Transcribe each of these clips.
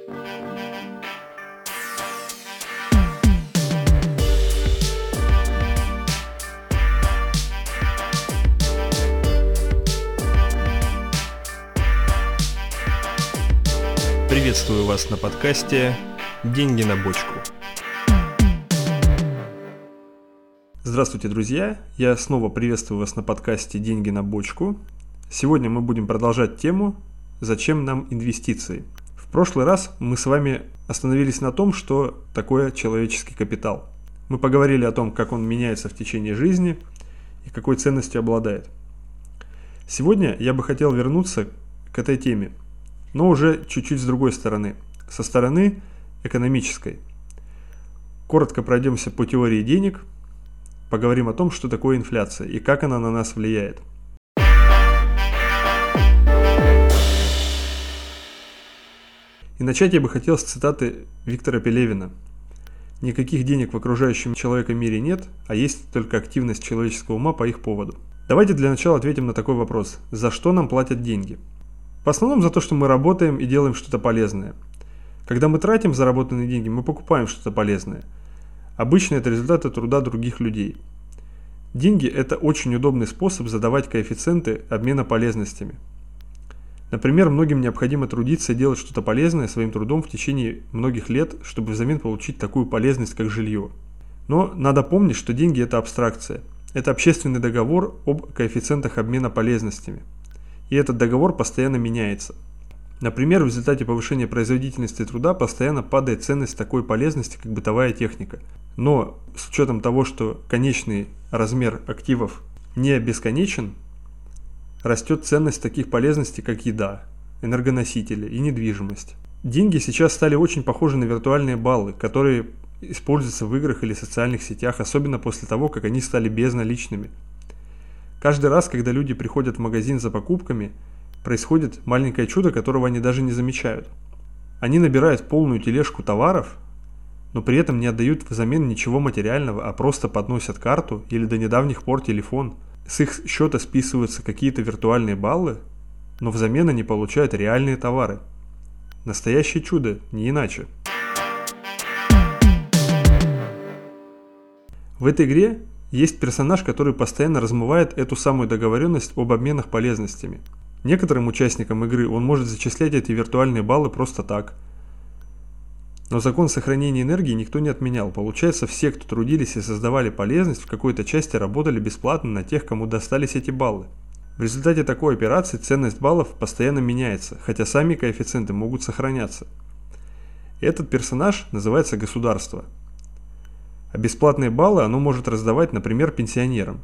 Приветствую вас на подкасте «Деньги на бочку». Здравствуйте, друзья! Я снова приветствую вас на подкасте «Деньги на бочку». Сегодня мы будем продолжать тему «Зачем нам инвестиции?». В прошлый раз мы с вами остановились на том, что такое человеческий капитал. Мы поговорили о том, как он меняется в течение жизни и какой ценностью обладает. Сегодня я бы хотел вернуться к этой теме, но уже чуть-чуть с другой стороны, со стороны экономической. Коротко пройдемся по теории денег, поговорим о том, что такое инфляция и как она на нас влияет. И начать я бы хотел с цитаты Виктора Пелевина. «Никаких денег в окружающем человека мире нет, а есть только активность человеческого ума по их поводу». Давайте для начала ответим на такой вопрос. За что нам платят деньги? В основном за то, что мы работаем и делаем что-то полезное. Когда мы тратим заработанные деньги, мы покупаем что-то полезное. Обычно это результаты труда других людей. Деньги – это очень удобный способ задавать коэффициенты обмена полезностями. Например, многим необходимо трудиться и делать что-то полезное своим трудом в течение многих лет, чтобы взамен получить такую полезность, как жилье. Но надо помнить, что деньги – это абстракция. Это общественный договор об коэффициентах обмена полезностями. И этот договор постоянно меняется. Например, в результате повышения производительности труда постоянно падает ценность такой полезности, как бытовая техника. Но с учетом того, что конечный размер активов не бесконечен, растет ценность таких полезностей, как еда, энергоносители и недвижимость. Деньги сейчас стали очень похожи на виртуальные баллы, которые используются в играх или социальных сетях, особенно после того, как они стали безналичными. Каждый раз, когда люди приходят в магазин за покупками, происходит маленькое чудо, которого они даже не замечают. Они набирают полную тележку товаров, но при этом не отдают взамен ничего материального, а просто подносят карту или до недавних пор телефон. С их счета списываются какие-то виртуальные баллы, но взамен они получают реальные товары. Настоящее чудо, не иначе. В этой игре есть персонаж, который постоянно размывает эту самую договоренность об обменах полезностями. Некоторым участникам игры он может зачислять эти виртуальные баллы просто так. Но закон сохранения энергии никто не отменял. Получается, все, кто трудились и создавали полезность, в какой-то части работали бесплатно на тех, кому достались эти баллы. В результате такой операции ценность баллов постоянно меняется, хотя сами коэффициенты могут сохраняться. Этот персонаж называется государство. А бесплатные баллы оно может раздавать, например, пенсионерам.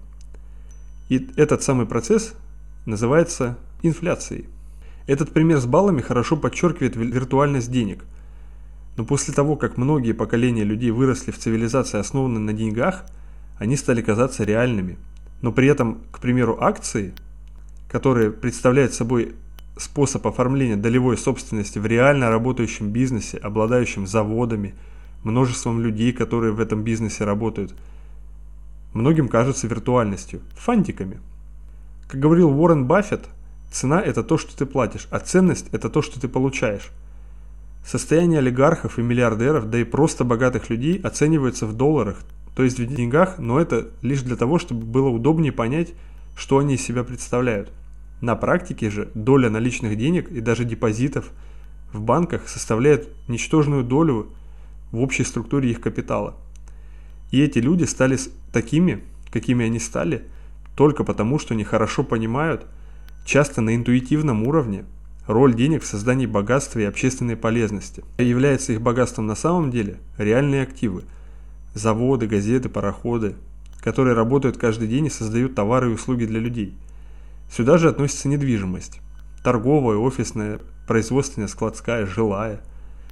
И этот самый процесс называется инфляцией. Этот пример с баллами хорошо подчеркивает виртуальность денег. Но после того, как многие поколения людей выросли в цивилизации, основанной на деньгах, они стали казаться реальными. Но при этом, к примеру, акции, которые представляют собой способ оформления долевой собственности в реально работающем бизнесе, обладающем заводами, множеством людей, которые в этом бизнесе работают, многим кажутся виртуальностью, фантиками. Как говорил Уоррен Баффет, цена – это то, что ты платишь, а ценность – это то, что ты получаешь. Состояние олигархов и миллиардеров, да и просто богатых людей оценивается в долларах, то есть в деньгах, но это лишь для того, чтобы было удобнее понять, что они из себя представляют. На практике же доля наличных денег и даже депозитов в банках составляет ничтожную долю в общей структуре их капитала. И эти люди стали такими, какими они стали, только потому, что они хорошо понимают, часто на интуитивном уровне, роль денег в создании богатства и общественной полезности. Является их богатством на самом деле реальные активы – заводы, газеты, пароходы, которые работают каждый день и создают товары и услуги для людей. Сюда же относится недвижимость – торговая, офисная, производственная, складская, жилая.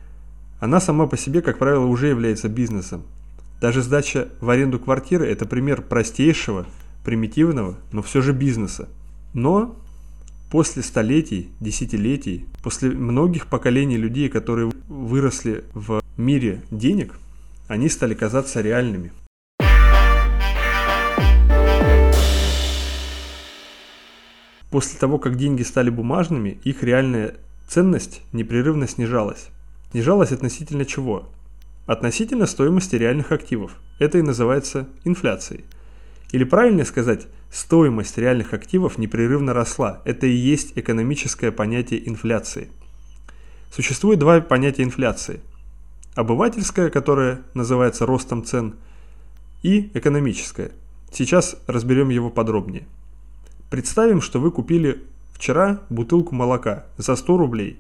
Она сама по себе, как правило, уже является бизнесом. Даже сдача в аренду квартиры – это пример простейшего, примитивного, но все же бизнеса. Но после столетий, десятилетий, после многих поколений людей, которые выросли в мире денег, они стали казаться реальными. После того, как деньги стали бумажными, их реальная ценность непрерывно снижалась. Снижалась относительно чего? Относительно стоимости реальных активов. Это и называется инфляцией. Или правильнее сказать, стоимость реальных активов непрерывно росла. Это и есть экономическое понятие инфляции. Существует два понятия инфляции. Обывательское, которое называется ростом цен, и экономическое. Сейчас разберем его подробнее. Представим, что вы купили вчера бутылку молока за 100 рублей.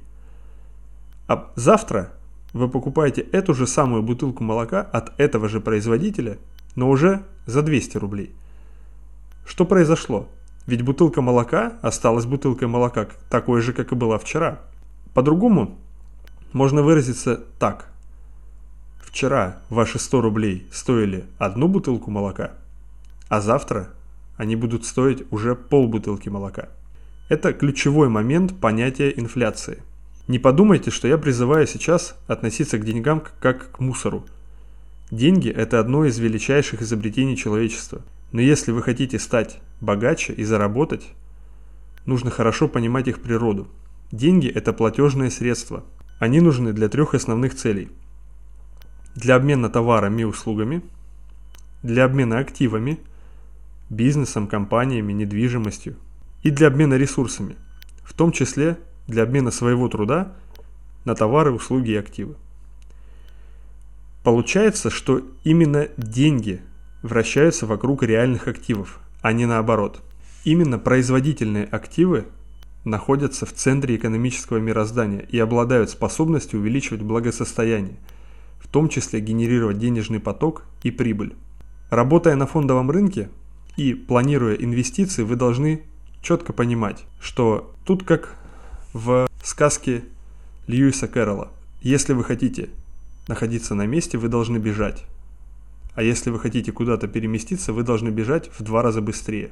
А завтра вы покупаете эту же самую бутылку молока от этого же производителя, но уже за 200 рублей. Что произошло? Ведь бутылка молока осталась бутылкой молока, такой же, как и была вчера. По-другому можно выразиться так. Вчера ваши 100 рублей стоили одну бутылку молока, а завтра они будут стоить уже полбутылки молока. Это ключевой момент понятия инфляции. Не подумайте, что я призываю сейчас относиться к деньгам как к мусору. Деньги – это одно из величайших изобретений человечества. Но если вы хотите стать богаче и заработать, нужно хорошо понимать их природу. Деньги – это платежные средства. Они нужны для трех основных целей. Для обмена товарами и услугами, для обмена активами, бизнесом, компаниями, недвижимостью и для обмена ресурсами, в том числе для обмена своего труда на товары, услуги и активы. Получается, что именно деньги вращаются вокруг реальных активов, а не наоборот. Именно производительные активы находятся в центре экономического мироздания и обладают способностью увеличивать благосостояние, в том числе генерировать денежный поток и прибыль. Работая на фондовом рынке и планируя инвестиции, вы должны четко понимать, что тут как в сказке Льюиса Кэрролла. Если вы хотите находиться на месте, вы должны бежать. А если вы хотите куда-то переместиться, вы должны бежать в 2 раза быстрее.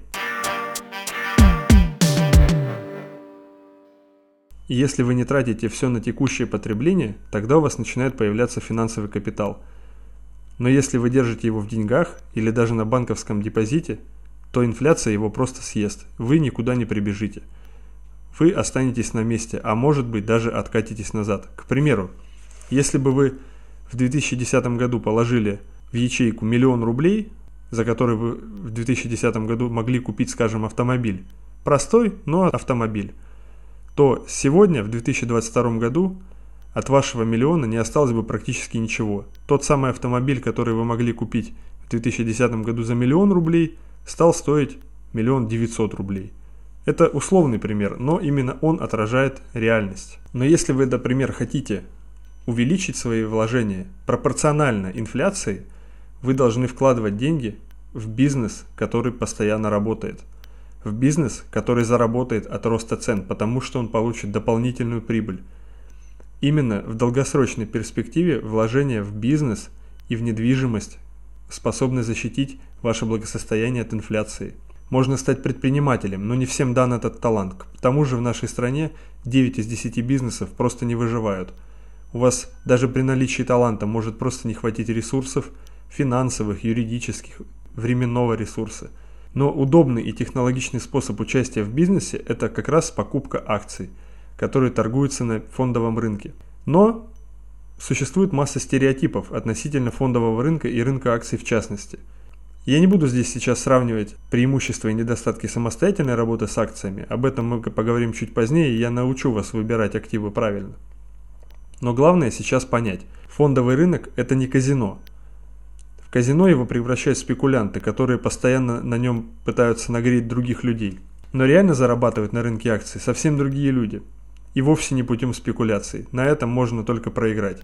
И если вы не тратите все на текущее потребление, тогда у вас начинает появляться финансовый капитал. Но если вы держите его в деньгах или даже на банковском депозите, то инфляция его просто съест. Вы никуда не прибежите. Вы останетесь на месте, а может быть даже откатитесь назад. К примеру, если бы вы в 2010 году положили в ячейку 1 000 000 рублей, за который вы в 2010 году могли купить, скажем, автомобиль, простой, но автомобиль, то сегодня, в 2022 году, от вашего миллиона не осталось бы практически ничего. Тот самый автомобиль, который вы могли купить в 2010 году за 1 000 000 рублей, стал стоить 1 900 000 рублей. Это условный пример, но именно он отражает реальность. Но если вы, например, хотите увеличить свои вложения пропорционально инфляции, вы должны вкладывать деньги в бизнес, который постоянно работает. В бизнес, который заработает от роста цен, потому что он получит дополнительную прибыль. Именно в долгосрочной перспективе вложения в бизнес и в недвижимость способны защитить ваше благосостояние от инфляции. Можно стать предпринимателем, но не всем дан этот талант. К тому же в нашей стране 9 из 10 бизнесов просто не выживают. У вас даже при наличии таланта может просто не хватить ресурсов, финансовых, юридических, временного ресурса. Но удобный и технологичный способ участия в бизнесе – это как раз покупка акций, которые торгуются на фондовом рынке. Но существует масса стереотипов относительно фондового рынка и рынка акций в частности. Я не буду здесь сейчас сравнивать преимущества и недостатки самостоятельной работы с акциями, об этом мы поговорим чуть позднее, и я научу вас выбирать активы правильно. Но главное сейчас понять, фондовый рынок – это не казино. В казино его превращают спекулянты, которые постоянно на нем пытаются нагреть других людей. Но реально зарабатывают на рынке акций совсем другие люди. И вовсе не путем спекуляций. На этом можно только проиграть.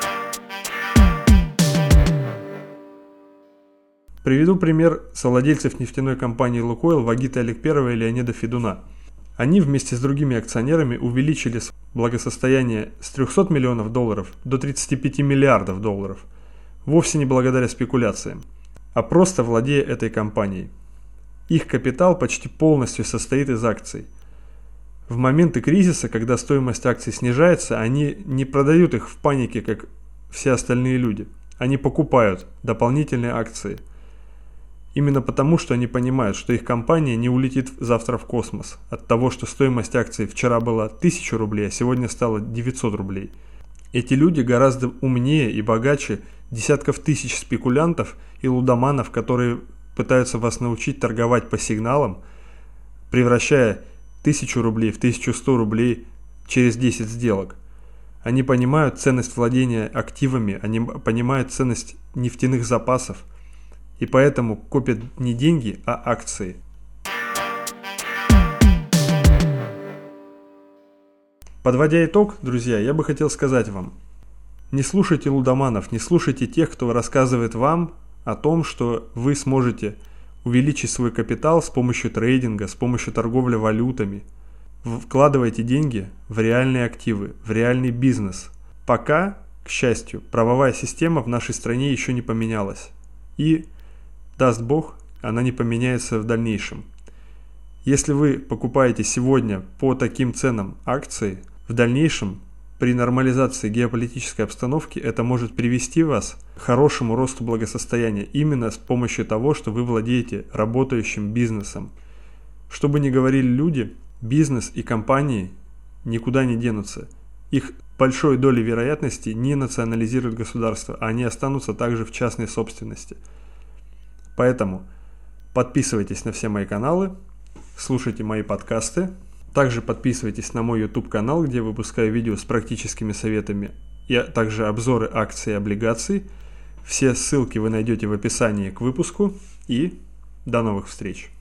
Приведу пример совладельцев нефтяной компании «Лукойл» Вагита Аликперова и Леонида Федуна. Они вместе с другими акционерами увеличили благосостояние с 300 миллионов долларов до 35 миллиардов долларов. Вовсе не благодаря спекуляциям, а просто владея этой компанией. Их капитал почти полностью состоит из акций. В моменты кризиса, когда стоимость акций снижается, они не продают их в панике, как все остальные люди. Они покупают дополнительные акции. Именно потому, что они понимают, что их компания не улетит завтра в космос от того, что стоимость акций вчера была 1000 рублей, а сегодня стала 900 рублей. Эти люди гораздо умнее и богаче десятков тысяч спекулянтов и лудоманов, которые пытаются вас научить торговать по сигналам, превращая 1000 рублей в 1100 рублей через 10 сделок. Они понимают ценность владения активами, они понимают ценность нефтяных запасов, и поэтому копят не деньги, а акции. Подводя итог, друзья, я бы хотел сказать вам, не слушайте лудоманов, не слушайте тех, кто рассказывает вам о том, что вы сможете увеличить свой капитал с помощью трейдинга, с помощью торговли валютами. Вкладывайте деньги в реальные активы, в реальный бизнес. Пока, к счастью, правовая система в нашей стране еще не поменялась. И, даст Бог, она не поменяется в дальнейшем. Если вы покупаете сегодня по таким ценам акции, в дальнейшем, при нормализации геополитической обстановки, это может привести вас к хорошему росту благосостояния именно с помощью того, что вы владеете работающим бизнесом. Что бы ни говорили люди, бизнес и компании никуда не денутся. Их большой долей вероятности не национализирует государство, а они останутся также в частной собственности. Поэтому подписывайтесь на все мои каналы, слушайте мои подкасты. Также подписывайтесь на мой YouTube канал, где я выпускаю видео с практическими советами и также обзоры акций и облигаций. Все ссылки вы найдете в описании к выпуску. И до новых встреч!